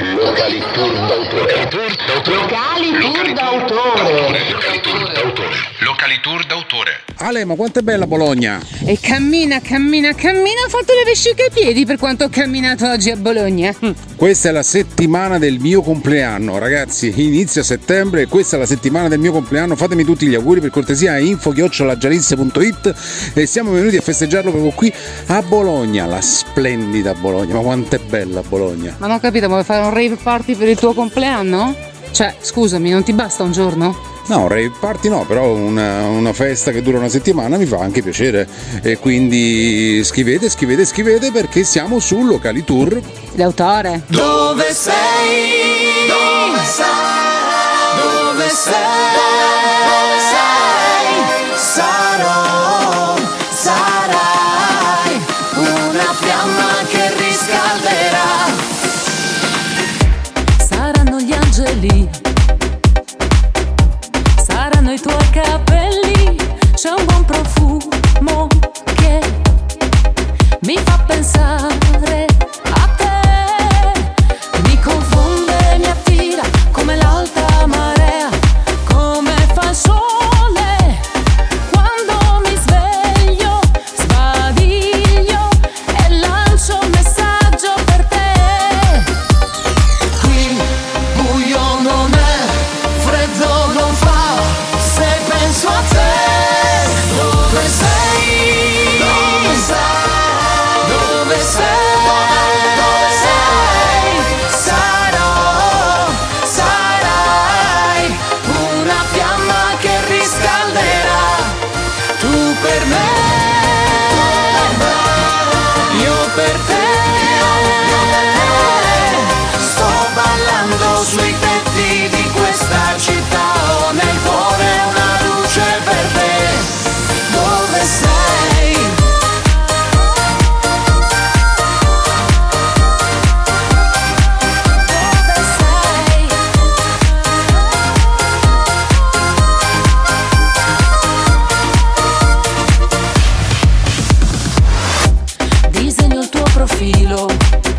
Locali Tour d'autore. Ale, ma quanto è bella Bologna! E cammina, ha fatto le vesciche ai piedi per quanto ho camminato oggi a Bologna. Questa è la settimana del mio compleanno, ragazzi, inizia settembre e questa è la settimana del mio compleanno. Fatemi tutti gli auguri per cortesia a info@gialisse.it e siamo venuti a festeggiarlo proprio qui a Bologna, la splendida Bologna. Ma quanto è bella Bologna! Ma non ho capito, vuoi fare un rave party per il tuo compleanno? Cioè, scusami, non ti basta un giorno? No, rave party no, però una festa che dura una settimana mi fa anche piacere e quindi scrivete perché siamo su Locali Tour D'autore. Dove sei? Dove sei? Dove sei? Dove sei? Sarai una fiamma che riscalderà. Saranno gli angeli, saranno i tuoi capelli, c'è un buon profumo che mi fa pensare a te, mi confonde, mi attira come l'alta marea, come fa il sole quando mi sveglio, sbadiglio e lancio un messaggio per te. Qui buio non è, freddo non fa, se penso a te. Dove sei? Dove sei? Dove sei? Dove sei? Sarai una fiamma che riscalderà. Tu per me, io per te. Sto ballando sui tetti di questa città, ho nel cuore una luce per te. Dove sei? Dove sei? Disegno il tuo profilo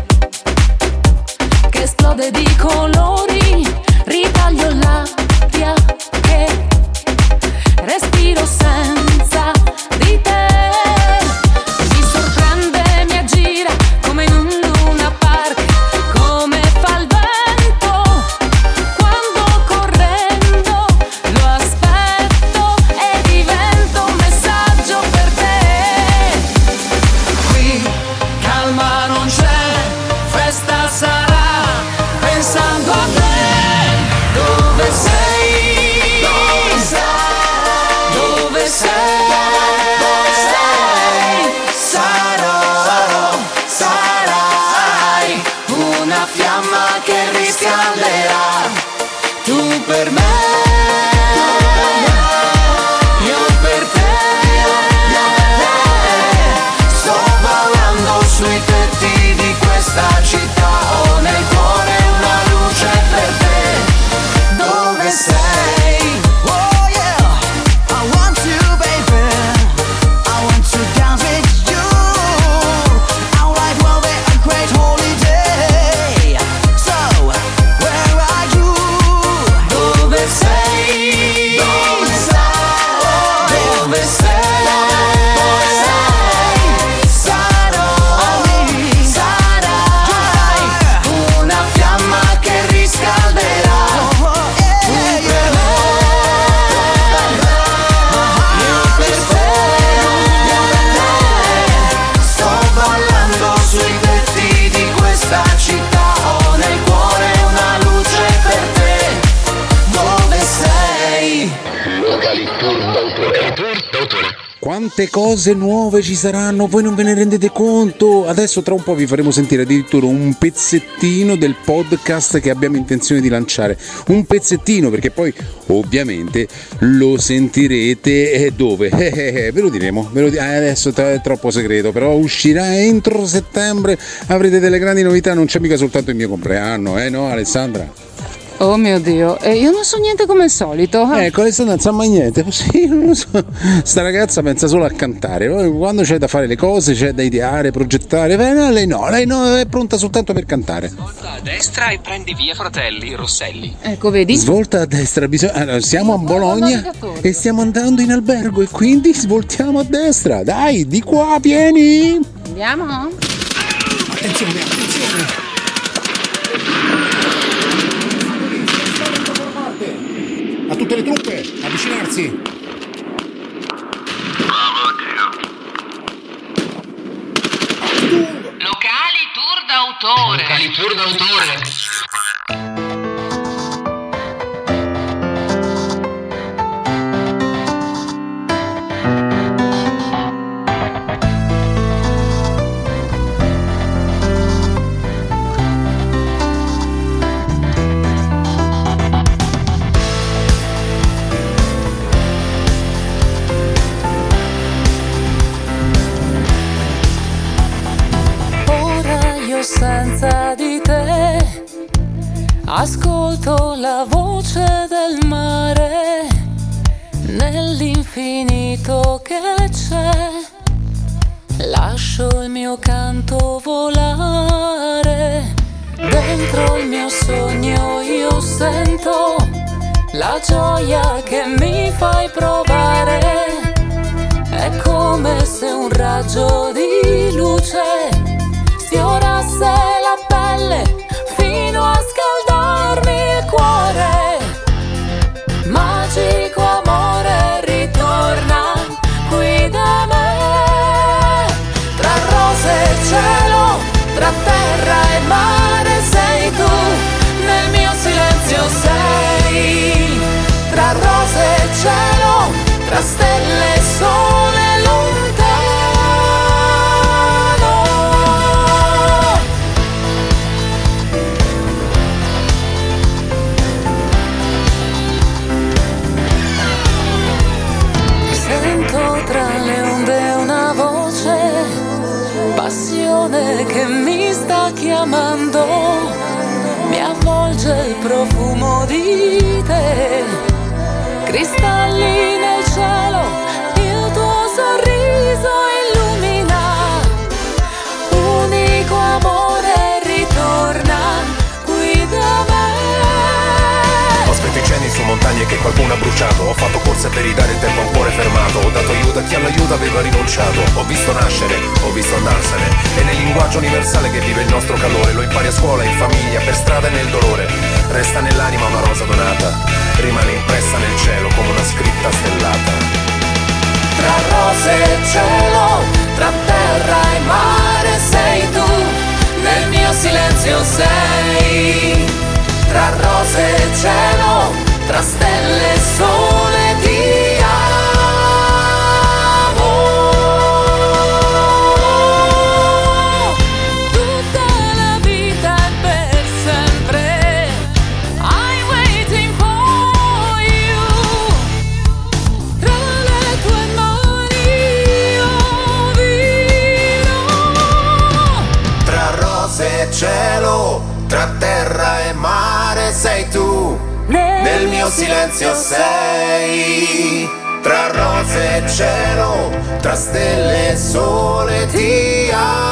che esplode di colori, ritaglio l'aria che respiro senza di te. Mi sorprende, mi aggira come in un Luna Park, come fa il vento quando correndo lo aspetto e divento un messaggio per te. Qui calma non c'è, festa sarà, pensando a te. Dove sei? Dove sei? Dove sei? Dove sei? Sarai una fiamma che riscalderà. Tu per me, io per te. Sto ballando sui tetti di questa città, ho nel cuore una luce per te. Dove sei? Oh yeah, I want to, baby. I want to dance with you. Our life will be a great holiday. So, where are you? Dove sei? Dove sei? Dove sei? Dove sei? Sarai una fiamma che riscalderà. Tu per me, io per te. Sto ballando sui tetti di questa città, ho nel cuore una luce per te. Dove sei? Locali Tour d'autore. Quante cose nuove ci saranno, voi non ve ne rendete conto. Adesso tra un po' vi faremo sentire addirittura un pezzettino del podcast che abbiamo intenzione di lanciare. Un pezzettino, perché poi ovviamente lo sentirete dove? Ve lo diremo, adesso è troppo segreto, però uscirà entro settembre, avrete delle grandi novità, non c'è mica soltanto il mio compleanno, no Alessandra? Oh mio Dio, e io non so niente come al solito. Ecco, Alessandra non sa mai niente. Sì, non lo so. Sta ragazza pensa solo a cantare. Quando c'è da fare le cose, c'è da ideare, progettare. Lei no, è pronta soltanto per cantare. Svolta a destra e prendi via Fratelli Rosselli. Ecco, vedi? Svolta a destra, allora, siamo a Bologna e stiamo andando in albergo e quindi svoltiamo a destra. Dai, di qua, vieni! Andiamo? Attenzione! A tutte le truppe, avvicinarsi! Locali tour d'autore. Locali tour d'autore. Senza di te ascolto la voce del mare nell'infinito che c'è, lascio il mio canto volare dentro il mio sogno, io sento la gioia che mi fai provare, è come se un raggio di luce sfiorasse la pelle fino a scaldarmi il cuore. Magico amore ritorna qui da me. Tra rose e cielo, tra terra e mare sei tu, nel mio silenzio sei. Tra rose e cielo, tra stelle e sole lontano. Passione che mi sta chiamando, mi avvolge il profumo di te, cristalli nel cielo, il tuo sorriso illumina, unico amore ritorna qui da me. Ho spento incendi su montagne che qualcuno ha bruciato, ho fatto corse per ridare il tempo a un cuore fermato, ho dato aiuto a chi all'aiuto aveva rinunciato, ho visto nascere, ho visto andarsene, e nel linguaggio universale che vive il nostro calore, lo impari a scuola, in famiglia, per strada e nel dolore, resta nell'anima una rosa donata, rimane impressa nel cielo come una scritta stellata. Tra rose e cielo, tra terra e mare sei tu, nel mio silenzio sei. Tra rose e cielo, tra stelle e sole ti amo. Tutta la vita e per sempre I'm waiting for you. Tra le tue mani io vivrò. Tra rose e cielo, tra terra e mare sei tu, nel mio silenzio sei. Tra rose e cielo, tra stelle e sole ti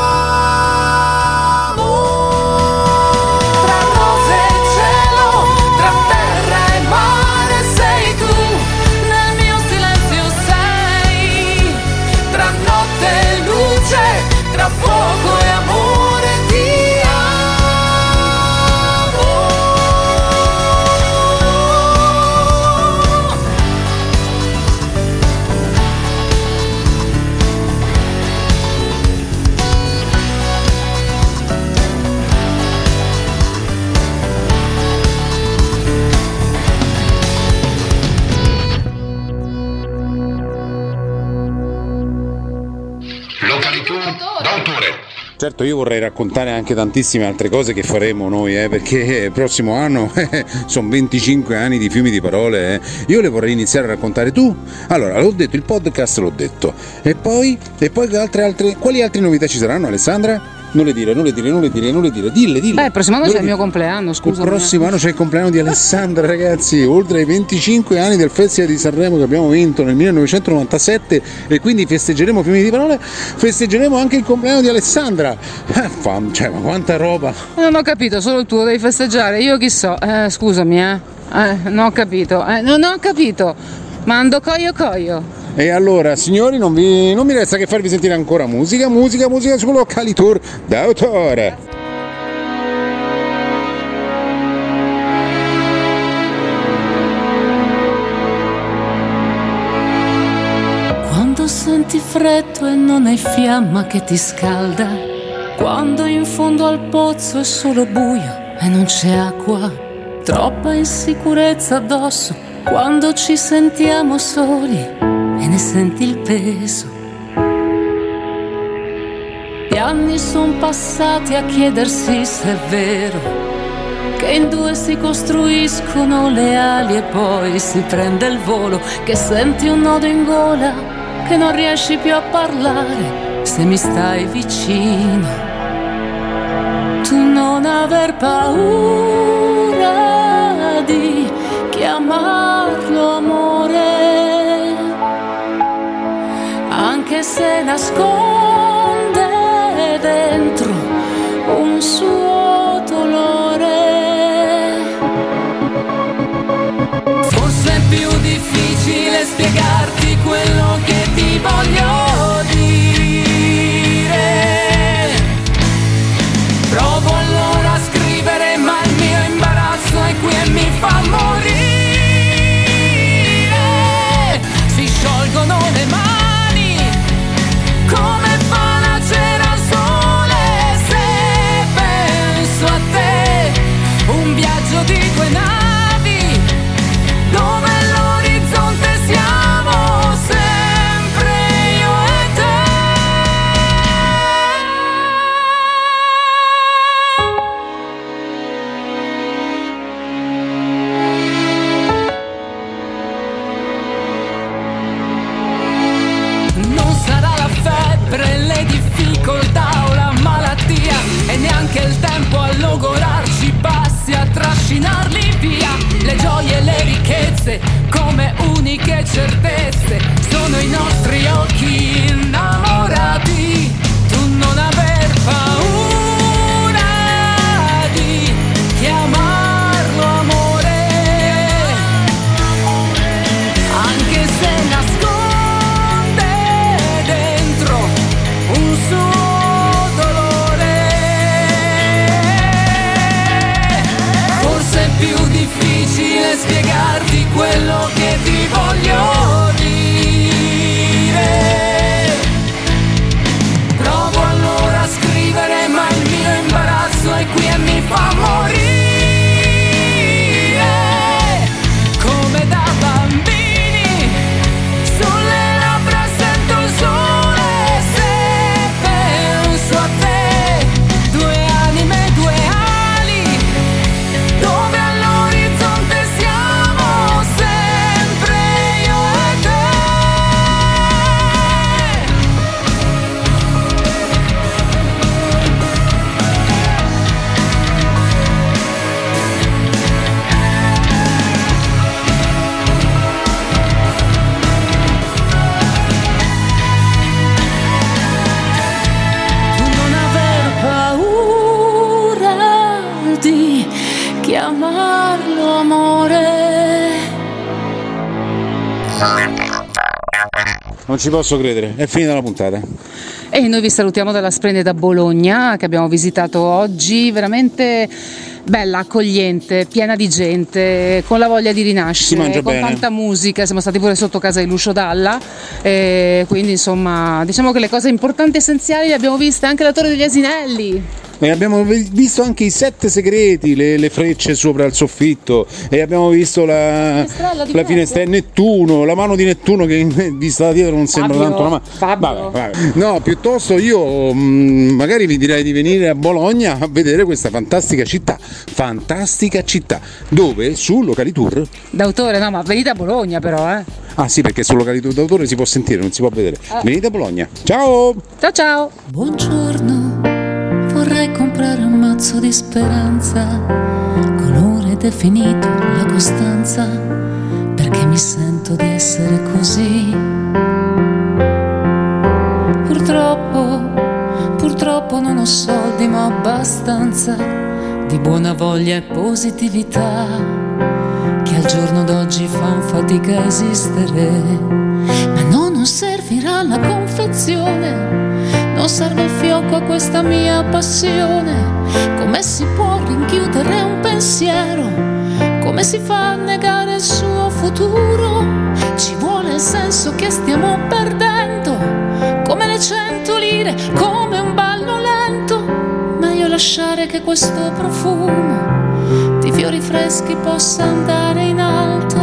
amo. Tra rose e cielo, tra terra e mare sei tu, nel mio silenzio sei. Tra notte e luce, tra fuoco e amore ti Locali tour d'autore. Certo, io vorrei raccontare anche tantissime altre cose che faremo noi, perché il prossimo anno sono 25 anni di fiumi di parole. Io le vorrei iniziare a raccontare tu. Allora, l'ho detto, il podcast l'ho detto. E poi quali altre novità ci saranno, Alessandra? Non le dire, dille. Beh, il prossimo anno Non c'è le il mio dire. compleanno, scusa. Il prossimo anno c'è il compleanno di Alessandra, ragazzi, oltre ai 25 anni del Festival di Sanremo che abbiamo vinto nel 1997 e quindi festeggeremo, prima di parole, festeggeremo anche il compleanno di Alessandra. Cioè, ma quanta roba! Non ho capito, solo il tuo devi festeggiare, io chi so, scusami, non ho capito, non ho capito, mando coio. E allora, signori, non mi resta che farvi sentire ancora musica su Locali Tour d'autore. Quando senti freddo e non hai fiamma che ti scalda, quando in fondo al pozzo è solo buio e non c'è acqua, troppa insicurezza addosso, quando ci sentiamo soli e ne senti il peso. Gli anni son passati a chiedersi se è vero che in due si costruiscono le ali e poi si prende il volo, che senti un nodo in gola, che non riesci più a parlare se mi stai vicino. Tu non aver paura di chiamarlo amore, anche se nasconde dentro un suo dolore. Forse è più difficile spiegarti quello che ti voglio dire. Provo allora a scrivere, ma il mio imbarazzo è qui e mi fa morire. Si sciolgono le mani come fa la cera al sole. Se penso a te, un viaggio di due navi, dove all'orizzonte siamo sempre io e te. Non sarà la febbre, le difficoltà o la malattia, e neanche il tempo a logorarci passi, a trascinarli via. Le gioie e le ricchezze come uniche certezze sono i nostri occhi innamorati. Tu non aver paura di chiamarlo amore, anche se nasconde dentro un suo dolore. Forse è più difficile spiegarti quello che ti voglio dire. Provo allora a scrivere, ma il mio imbarazzo è qui e mi fa morire. Come da bambini, sulle labbra sento il sole. Se penso a te, due anime, due ali, dove all'orizzonte siamo sempre io e te. Tu non aver paura di chiamarlo amore. Non ci posso credere, è finita la puntata. E noi vi salutiamo dalla splendida Bologna che abbiamo visitato oggi, veramente bella, accogliente, piena di gente, con la voglia di Si rinascere, mangia con bene. tanta musica. Siamo stati pure sotto casa di Lucio Dalla, e quindi insomma diciamo che le cose importanti e essenziali le abbiamo viste, anche la Torre degli Asinelli. E abbiamo visto anche i 7 segreti, le frecce sopra il soffitto, e abbiamo visto la finestrella, Nettuno, la mano di Nettuno che vista da dietro non sembra Fabio, tanto una mano. Fabio. Vabbè. No, piuttosto io magari vi direi di venire a Bologna a vedere questa fantastica città, dove su Locali Tour. D'autore, no, ma venite a Bologna però, Ah sì, perché su Locali Tour d'autore si può sentire, non si può vedere. Venite a Bologna. Ciao! Ciao ciao! Buongiorno, comprare un mazzo di speranza, colore definito la costanza, perché mi sento di essere così. Purtroppo non ho soldi, ma abbastanza di buona voglia e positività che al giorno d'oggi fan fatica a esistere. Ma non servirà la confezione, non serve il fiocco a questa mia passione. Come si può rinchiudere un pensiero? Come si fa a negare il suo futuro? Ci vuole il senso che stiamo perdendo, come le 100 lire, come un ballo lento. Meglio lasciare che questo profumo di fiori freschi possa andare in alto,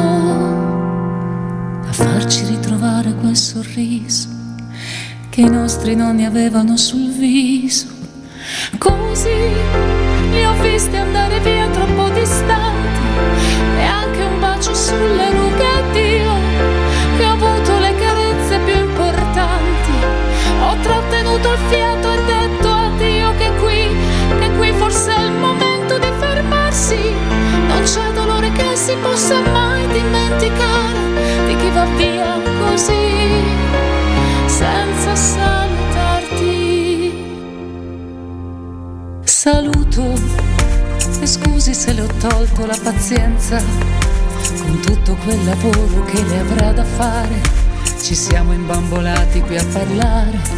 a farci ritrovare quel sorriso che i nostri nonni avevano sul viso. Così li ho visti andare via troppo distanti, neanche un bacio sulle rughe. Dio, che ho avuto le carezze più importanti, ho trattenuto il fiato e detto addio, che qui forse è il momento di fermarsi. Non c'è dolore che si possa mai dimenticare di chi va via così, senza salutarti. Saluto e scusi se le ho tolto la pazienza, con tutto quel lavoro che le avrà da fare. Ci siamo imbambolati qui a parlare.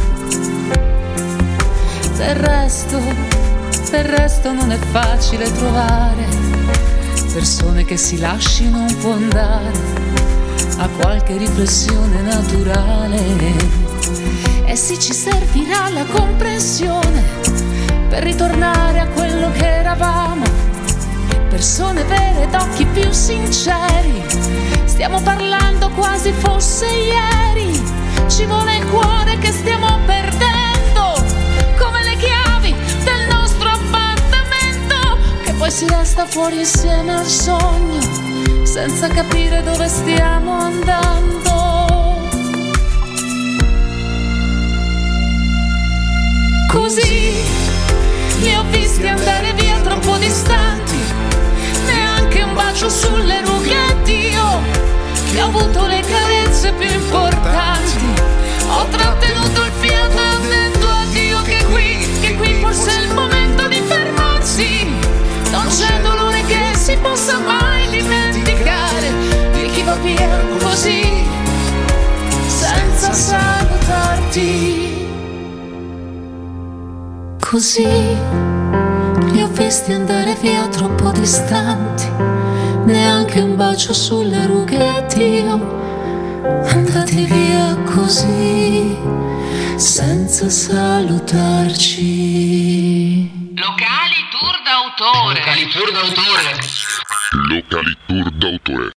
Del resto non è facile trovare persone che si lasciano un po' andare a qualche riflessione naturale. E sì, ci servirà la comprensione per ritornare a quello che eravamo, persone vere d'occhi più sinceri. Stiamo parlando quasi fosse ieri. Ci vuole il cuore che stiamo perdendo, come le chiavi del nostro appartamento, che poi si resta fuori insieme al sogno, senza capire dove stiamo andando. Così li ho visti andare via troppo distanti, neanche un bacio sulle rughe. Dio, che ho avuto le carezze più importanti, ho trattenuto il fiato e ho detto addio, che qui forse è il momento di fermarsi. Non c'è dolore che si possa mai dimenticare di chi va via così, senza salutarti. Così li ho visti andare via troppo distanti, neanche un bacio sulle rughe. Dio, andati via così, senza salutarci. Locali tour d'autore. Locali tour d'autore.